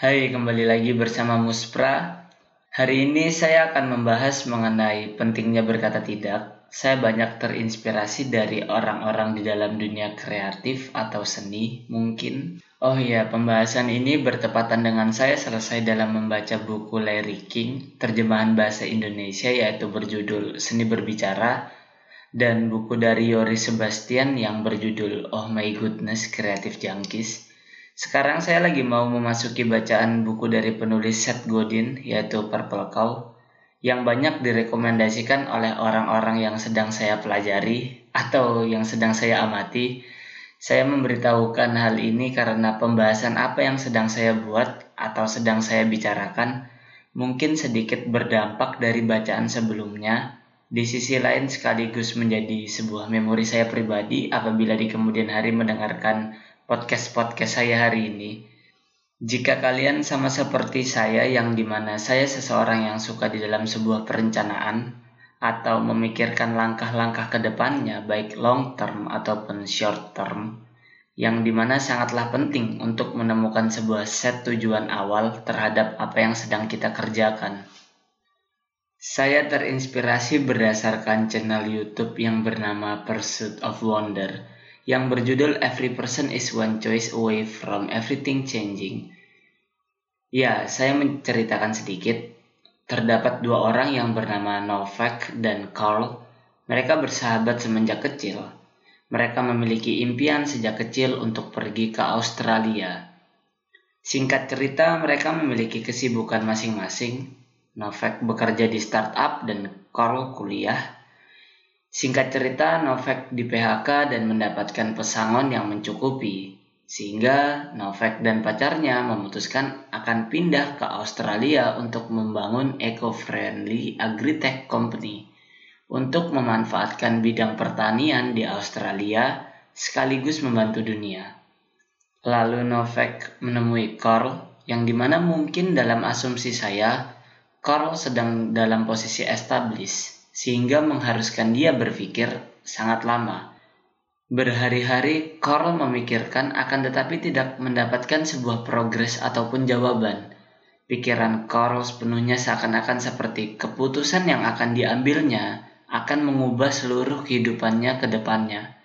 Hai, kembali lagi bersama Muspra. Hari ini saya akan membahas mengenai pentingnya berkata tidak. Saya banyak terinspirasi dari orang-orang di dalam dunia kreatif atau seni, mungkin. Oh iya, pembahasan ini bertepatan dengan saya selesai dalam membaca buku Larry King, terjemahan bahasa Indonesia yaitu berjudul Seni Berbicara, dan buku dari Yoris Sebastian yang berjudul Oh My Goodness, Creative Junkies. Sekarang saya lagi mau memasuki bacaan buku dari penulis Seth Godin, yaitu Purple Cow, yang banyak direkomendasikan oleh orang-orang yang sedang saya pelajari atau yang sedang saya amati. Saya memberitahukan hal ini karena pembahasan apa yang sedang saya buat atau sedang saya bicarakan mungkin sedikit berdampak dari bacaan sebelumnya. Di sisi lain sekaligus menjadi sebuah memori saya pribadi apabila di kemudian hari mendengarkan podcast saya hari ini. Jika kalian sama seperti saya yang dimana saya seseorang yang suka di dalam sebuah perencanaan atau memikirkan langkah-langkah ke depannya baik long term ataupun short term, yang dimana sangatlah penting untuk menemukan sebuah set tujuan awal terhadap apa yang sedang kita kerjakan. Saya terinspirasi berdasarkan channel YouTube yang bernama Pursuit of Wonder yang berjudul Every Person is One Choice Away from Everything Changing. Ya, saya menceritakan sedikit. Terdapat dua orang yang bernama Novak dan Carl. Mereka bersahabat semenjak kecil. Mereka memiliki impian sejak kecil untuk pergi ke Australia. Singkat cerita, mereka memiliki kesibukan masing-masing. Novak bekerja di startup dan Carl kuliah. Singkat cerita, Novak di PHK dan mendapatkan pesangon yang mencukupi, sehingga Novak dan pacarnya memutuskan akan pindah ke Australia untuk membangun eco-friendly agri-tech company untuk memanfaatkan bidang pertanian di Australia sekaligus membantu dunia. Lalu Novak menemui Carl, yang dimana mungkin dalam asumsi saya, Carl sedang dalam posisi established, sehingga mengharuskan dia berpikir sangat lama. Berhari-hari Carl memikirkan akan tetapi tidak mendapatkan sebuah progres ataupun jawaban. Pikiran Carl sepenuhnya seakan-akan seperti keputusan yang akan diambilnya akan mengubah seluruh kehidupannya ke depannya.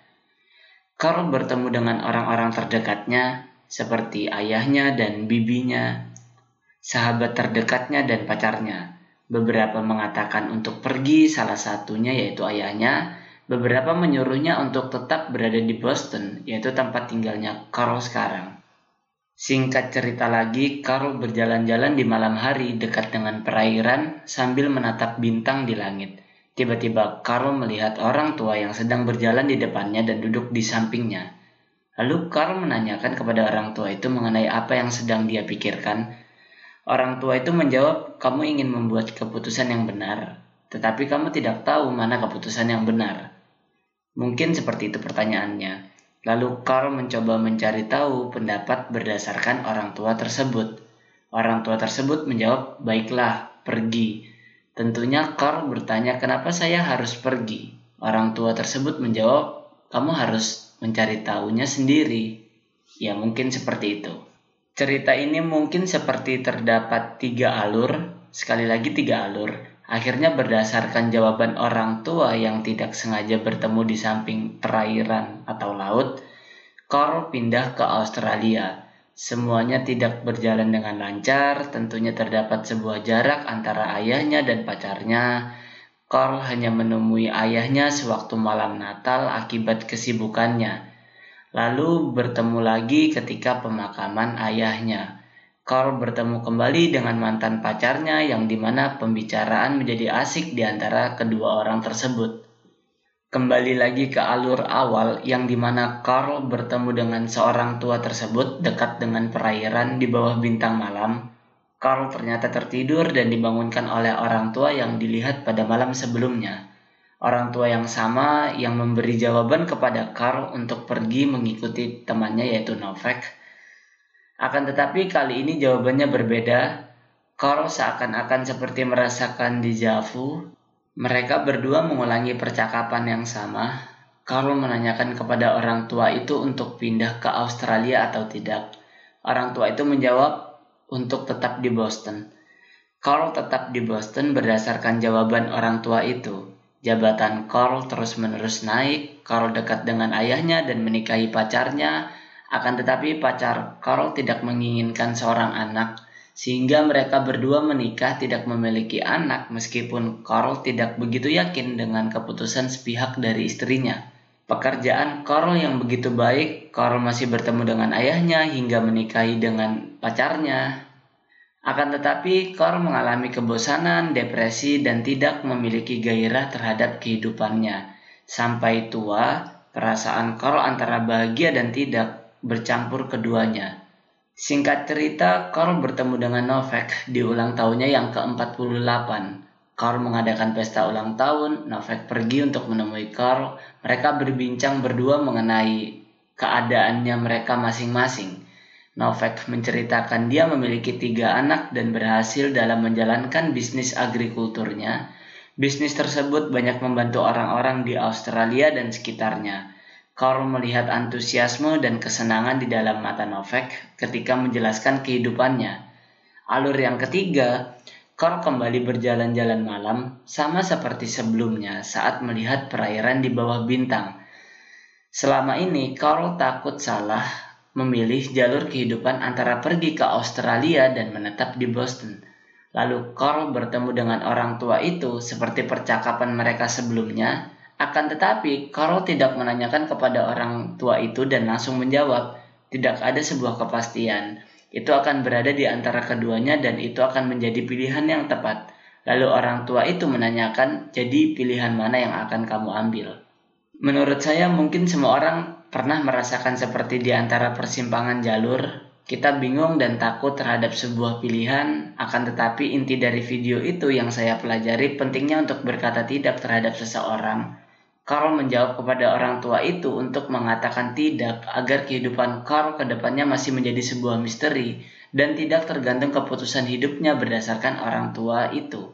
Carl bertemu dengan orang-orang terdekatnya seperti ayahnya dan bibinya, sahabat terdekatnya dan pacarnya. Beberapa mengatakan untuk pergi, salah satunya yaitu ayahnya. Beberapa menyuruhnya untuk tetap berada di Boston, yaitu tempat tinggalnya Carl sekarang. Singkat cerita lagi, Carl berjalan-jalan di malam hari dekat dengan perairan sambil menatap bintang di langit. Tiba-tiba Carl melihat orang tua yang sedang berjalan di depannya dan duduk di sampingnya. Lalu Carl menanyakan kepada orang tua itu mengenai apa yang sedang dia pikirkan. Orang tua itu menjawab, kamu ingin membuat keputusan yang benar, tetapi kamu tidak tahu mana keputusan yang benar. Mungkin seperti itu pertanyaannya. Lalu Carl mencoba mencari tahu pendapat berdasarkan orang tua tersebut. Orang tua tersebut menjawab, baiklah, pergi. Tentunya Carl bertanya, kenapa saya harus pergi? Orang tua tersebut menjawab, kamu harus mencari tahunya sendiri. Ya, mungkin seperti itu. Cerita ini mungkin seperti terdapat 3 alur, sekali lagi 3 alur. Akhirnya berdasarkan jawaban orang tua yang tidak sengaja bertemu di samping perairan atau laut, Carl pindah ke Australia. Semuanya tidak berjalan dengan lancar, tentunya terdapat sebuah jarak antara ayahnya dan pacarnya. Carl hanya menemui ayahnya sewaktu malam Natal akibat kesibukannya. Lalu bertemu lagi ketika pemakaman ayahnya. Carl bertemu kembali dengan mantan pacarnya yang dimana pembicaraan menjadi asik di antara kedua orang tersebut. Kembali lagi ke alur awal yang dimana Carl bertemu dengan seorang tua tersebut dekat dengan perairan di bawah bintang malam. Carl ternyata tertidur dan dibangunkan oleh orang tua yang dilihat pada malam sebelumnya. Orang tua yang sama yang memberi jawaban kepada Carl untuk pergi mengikuti temannya yaitu Novak. Akan tetapi kali ini jawabannya berbeda. Carl seakan-akan seperti merasakan déjà vu. Mereka berdua mengulangi percakapan yang sama. Carl menanyakan kepada orang tua itu untuk pindah ke Australia atau tidak. Orang tua itu menjawab, untuk tetap di Boston. Carl tetap di Boston berdasarkan jawaban orang tua itu. Jabatan Carl terus-menerus naik, Carl dekat dengan ayahnya dan menikahi pacarnya, akan tetapi pacar Carl tidak menginginkan seorang anak, sehingga mereka berdua menikah tidak memiliki anak meskipun Carl tidak begitu yakin dengan keputusan sepihak dari istrinya. Pekerjaan Carl yang begitu baik, Carl masih bertemu dengan ayahnya hingga menikahi dengan pacarnya. Akan tetapi, Carl mengalami kebosanan, depresi, dan tidak memiliki gairah terhadap kehidupannya. Sampai tua, perasaan Carl antara bahagia dan tidak bercampur keduanya. Singkat cerita, Carl bertemu dengan Novak di ulang tahunnya yang ke-48. Carl mengadakan pesta ulang tahun, Novak pergi untuk menemui Carl. Mereka berbincang berdua mengenai keadaannya mereka masing-masing. Novak menceritakan dia memiliki 3 anak dan berhasil dalam menjalankan bisnis agrikulturnya. Bisnis tersebut banyak membantu orang-orang di Australia dan sekitarnya. Carl melihat antusiasme dan kesenangan di dalam mata Novak ketika menjelaskan kehidupannya. Alur yang ketiga, Carl kembali berjalan-jalan malam, sama seperti sebelumnya saat melihat perairan di bawah bintang. Selama ini, Carl takut salah memilih jalur kehidupan antara pergi ke Australia dan menetap di Boston. Lalu Carl bertemu dengan orang tua itu seperti percakapan mereka sebelumnya. Akan tetapi, Carl tidak menanyakan kepada orang tua itu dan langsung menjawab. Tidak ada sebuah kepastian. Itu akan berada di antara keduanya dan itu akan menjadi pilihan yang tepat. Lalu orang tua itu menanyakan, jadi pilihan mana yang akan kamu ambil? Menurut saya mungkin semua orang pernah merasakan seperti di antara persimpangan jalur. Kita bingung dan takut terhadap sebuah pilihan, akan tetapi inti dari video itu yang saya pelajari pentingnya untuk berkata tidak terhadap seseorang. Carl menjawab kepada orang tua itu untuk mengatakan tidak agar kehidupan Carl ke depannya masih menjadi sebuah misteri dan tidak tergantung keputusan hidupnya berdasarkan orang tua itu.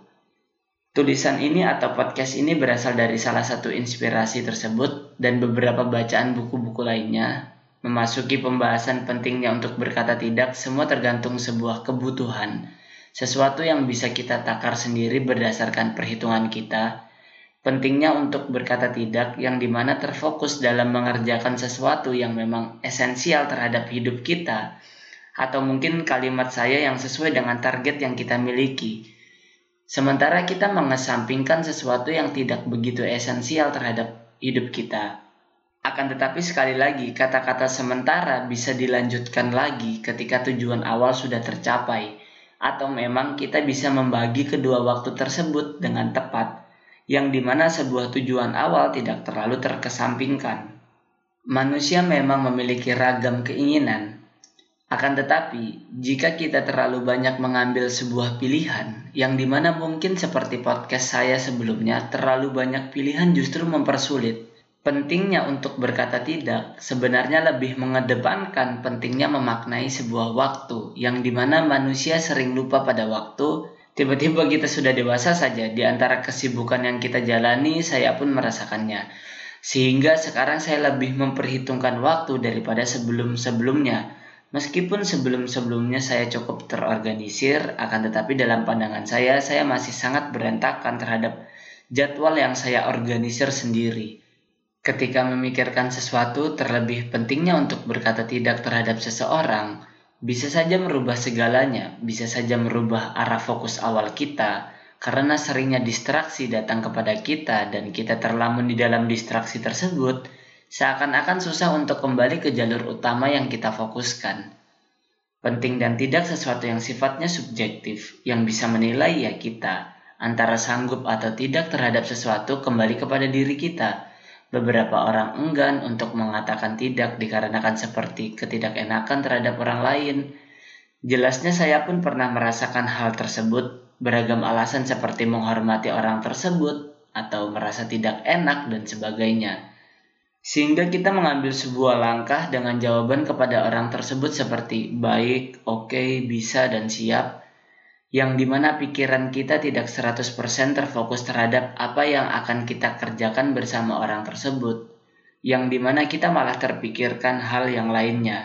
Tulisan ini atau podcast ini berasal dari salah satu inspirasi tersebut dan beberapa bacaan buku-buku lainnya. Memasuki pembahasan pentingnya untuk berkata tidak, semua tergantung sebuah kebutuhan, sesuatu yang bisa kita takar sendiri berdasarkan perhitungan kita. Pentingnya untuk berkata tidak yang dimana terfokus dalam mengerjakan sesuatu yang memang esensial terhadap hidup kita, atau mungkin kalimat saya yang sesuai dengan target yang kita miliki. Sementara kita mengesampingkan sesuatu yang tidak begitu esensial terhadap hidup kita. Akan tetapi sekali lagi, kata-kata sementara bisa dilanjutkan lagi ketika tujuan awal sudah tercapai, atau memang kita bisa membagi kedua waktu tersebut dengan tepat, yang dimana sebuah tujuan awal tidak terlalu terkesampingkan. Manusia memang memiliki ragam keinginan, akan tetapi jika kita terlalu banyak mengambil sebuah pilihan, yang dimana mungkin seperti podcast saya sebelumnya, terlalu banyak pilihan justru mempersulit. Pentingnya untuk berkata tidak sebenarnya lebih mengedepankan pentingnya memaknai sebuah waktu, yang dimana manusia sering lupa pada waktu. Tiba-tiba kita sudah dewasa saja, di antara kesibukan yang kita jalani, saya pun merasakannya. Sehingga sekarang saya lebih memperhitungkan waktu daripada sebelum-sebelumnya. Meskipun sebelum-sebelumnya saya cukup terorganisir, akan tetapi dalam pandangan saya masih sangat berantakan terhadap jadwal yang saya organisir sendiri. Ketika memikirkan sesuatu, terlebih pentingnya untuk berkata tidak terhadap seseorang, bisa saja merubah segalanya, bisa saja merubah arah fokus awal kita, karena seringnya distraksi datang kepada kita dan kita terlamun di dalam distraksi tersebut, seakan-akan susah untuk kembali ke jalur utama yang kita fokuskan. Penting dan tidak sesuatu yang sifatnya subjektif, yang bisa menilai ya kita, antara sanggup atau tidak terhadap sesuatu kembali kepada diri kita. Beberapa orang enggan untuk mengatakan tidak dikarenakan seperti ketidakenakan terhadap orang lain. Jelasnya saya pun pernah merasakan hal tersebut, beragam alasan seperti menghormati orang tersebut atau merasa tidak enak dan sebagainya. Sehingga kita mengambil sebuah langkah dengan jawaban kepada orang tersebut seperti baik, oke, bisa, dan siap, yang dimana pikiran kita tidak 100% terfokus terhadap apa yang akan kita kerjakan bersama orang tersebut, yang dimana kita malah terpikirkan hal yang lainnya,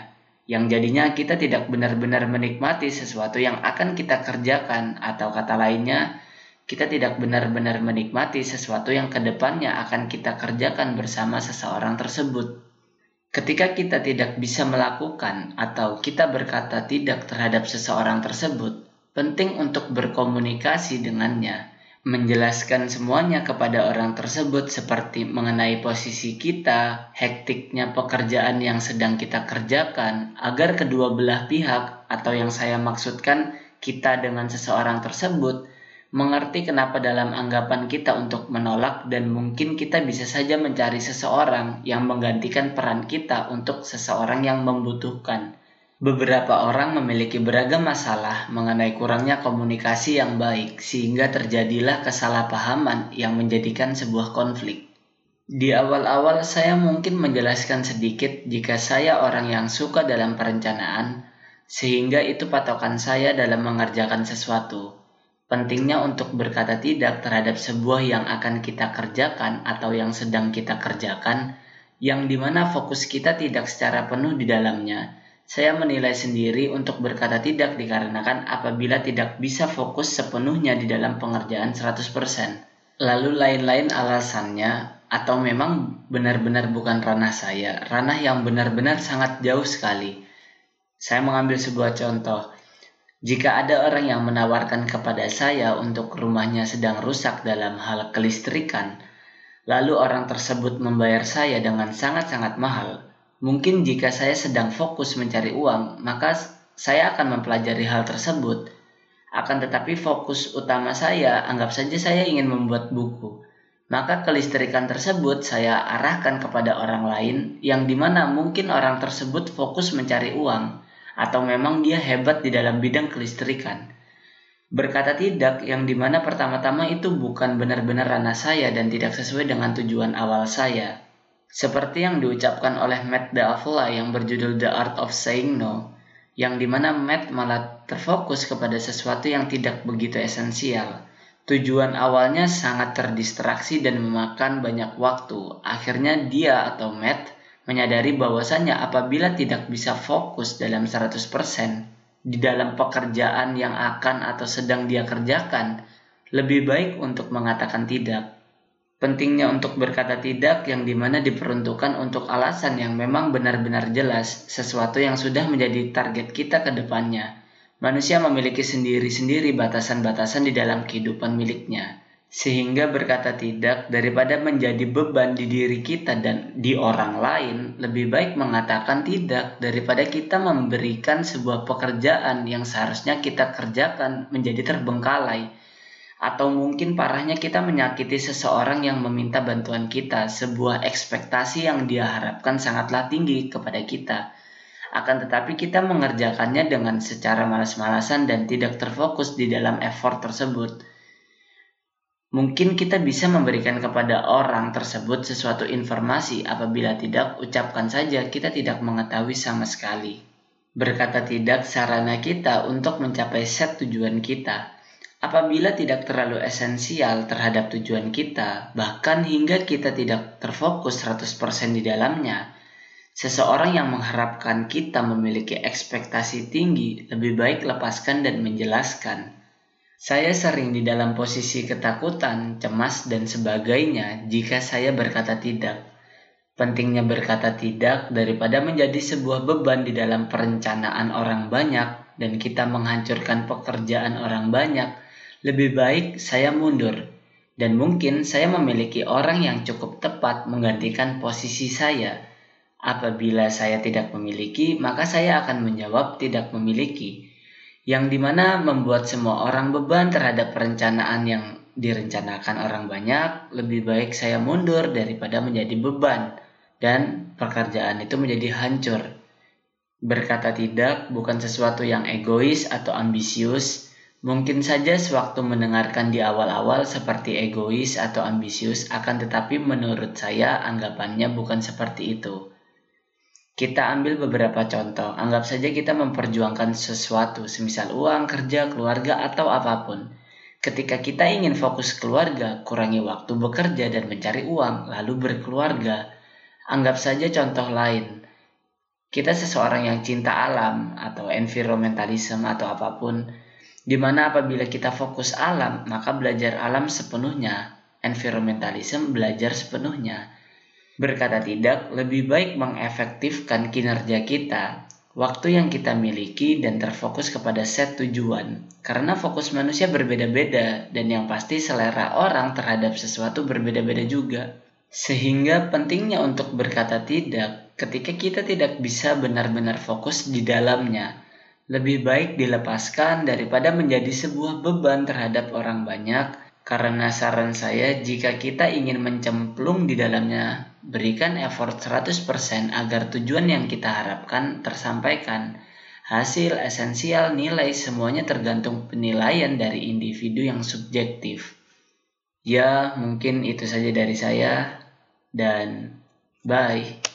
yang jadinya kita tidak benar-benar menikmati sesuatu yang akan kita kerjakan, atau kata lainnya, kita tidak benar-benar menikmati sesuatu yang kedepannya akan kita kerjakan bersama seseorang tersebut. Ketika kita tidak bisa melakukan atau kita berkata tidak terhadap seseorang tersebut, penting untuk berkomunikasi dengannya, menjelaskan semuanya kepada orang tersebut seperti mengenai posisi kita, hektiknya pekerjaan yang sedang kita kerjakan, agar kedua belah pihak atau yang saya maksudkan kita dengan seseorang tersebut mengerti kenapa dalam anggapan kita untuk menolak, dan mungkin kita bisa saja mencari seseorang yang menggantikan peran kita untuk seseorang yang membutuhkan. Beberapa orang memiliki beragam masalah mengenai kurangnya komunikasi yang baik, sehingga terjadilah kesalahpahaman yang menjadikan sebuah konflik. Di awal-awal saya mungkin menjelaskan sedikit jika saya orang yang suka dalam perencanaan, sehingga itu patokan saya dalam mengerjakan sesuatu. Pentingnya untuk berkata tidak terhadap sebuah yang akan kita kerjakan atau yang sedang kita kerjakan, yang dimana fokus kita tidak secara penuh di dalamnya. Saya menilai sendiri untuk berkata tidak dikarenakan apabila tidak bisa fokus sepenuhnya di dalam pengerjaan 100%. Lalu lain-lain alasannya, atau memang benar-benar bukan ranah saya, ranah yang benar-benar sangat jauh sekali. Saya mengambil sebuah contoh. Jika ada orang yang menawarkan kepada saya untuk rumahnya sedang rusak dalam hal kelistrikan, lalu orang tersebut membayar saya dengan sangat-sangat mahal, mungkin jika saya sedang fokus mencari uang, maka saya akan mempelajari hal tersebut. Akan tetapi fokus utama saya, anggap saja saya ingin membuat buku. Maka kelistrikan tersebut saya arahkan kepada orang lain, yang dimana mungkin orang tersebut fokus mencari uang, atau memang dia hebat di dalam bidang kelistrikan. Berkata tidak yang dimana pertama-tama itu bukan benar-benar ranah saya dan tidak sesuai dengan tujuan awal saya. Seperti yang diucapkan oleh Matt D'Avella yang berjudul The Art of Saying No, yang dimana Matt malah terfokus kepada sesuatu yang tidak begitu esensial. Tujuan awalnya sangat terdistraksi dan memakan banyak waktu. Akhirnya dia atau Matt menyadari bahwasannya apabila tidak bisa fokus dalam 100% di dalam pekerjaan yang akan atau sedang dia kerjakan, lebih baik untuk mengatakan tidak. Pentingnya untuk berkata tidak yang dimana diperuntukkan untuk alasan yang memang benar-benar jelas, sesuatu yang sudah menjadi target kita ke depannya. Manusia memiliki sendiri-sendiri batasan-batasan di dalam kehidupan miliknya. Sehingga berkata tidak daripada menjadi beban di diri kita dan di orang lain, lebih baik mengatakan tidak daripada kita memberikan sebuah pekerjaan yang seharusnya kita kerjakan menjadi terbengkalai. Atau mungkin parahnya kita menyakiti seseorang yang meminta bantuan kita, sebuah ekspektasi yang dia harapkan sangatlah tinggi kepada kita. Akan tetapi kita mengerjakannya dengan secara malas-malasan dan tidak terfokus di dalam effort tersebut. Mungkin kita bisa memberikan kepada orang tersebut sesuatu informasi, apabila tidak, ucapkan saja kita tidak mengetahui sama sekali. Berkata tidak sarana kita untuk mencapai set tujuan kita. Apabila tidak terlalu esensial terhadap tujuan kita, bahkan hingga kita tidak terfokus 100% di dalamnya, seseorang yang mengharapkan kita memiliki ekspektasi tinggi, lebih baik lepaskan dan menjelaskan. Saya sering di dalam posisi ketakutan, cemas, dan sebagainya jika saya berkata tidak. Pentingnya berkata tidak daripada menjadi sebuah beban di dalam perencanaan orang banyak dan kita menghancurkan pekerjaan orang banyak. Lebih baik saya mundur, dan mungkin saya memiliki orang yang cukup tepat menggantikan posisi saya. Apabila saya tidak memiliki, maka saya akan menjawab tidak memiliki, yang dimana membuat semua orang beban terhadap perencanaan yang direncanakan orang banyak. Lebih baik saya mundur daripada menjadi beban, dan pekerjaan itu menjadi hancur. Berkata tidak bukan sesuatu yang egois atau ambisius. Mungkin saja sewaktu mendengarkan di awal-awal seperti egois atau ambisius, akan tetapi menurut saya anggapannya bukan seperti itu. Kita ambil beberapa contoh. Anggap saja kita memperjuangkan sesuatu, semisal uang, kerja, keluarga, atau apapun. Ketika kita ingin fokus keluarga, kurangi waktu bekerja dan mencari uang, lalu berkeluarga. Anggap saja contoh lain. Kita seseorang yang cinta alam atau environmentalism atau apapun, di mana apabila kita fokus alam, maka belajar alam sepenuhnya, environmentalism belajar sepenuhnya. Berkata tidak, lebih baik mengefektifkan kinerja kita, waktu yang kita miliki, dan terfokus kepada set tujuan. Karena fokus manusia berbeda-beda, dan yang pasti selera orang terhadap sesuatu berbeda-beda juga. Sehingga pentingnya untuk berkata tidak ketika kita tidak bisa benar-benar fokus di dalamnya. Lebih baik dilepaskan daripada menjadi sebuah beban terhadap orang banyak. Karena saran saya, jika kita ingin mencemplung di dalamnya, berikan effort 100% agar tujuan yang kita harapkan tersampaikan. Hasil, esensial, nilai, semuanya tergantung penilaian dari individu yang subjektif. Ya, mungkin itu saja dari saya, dan bye.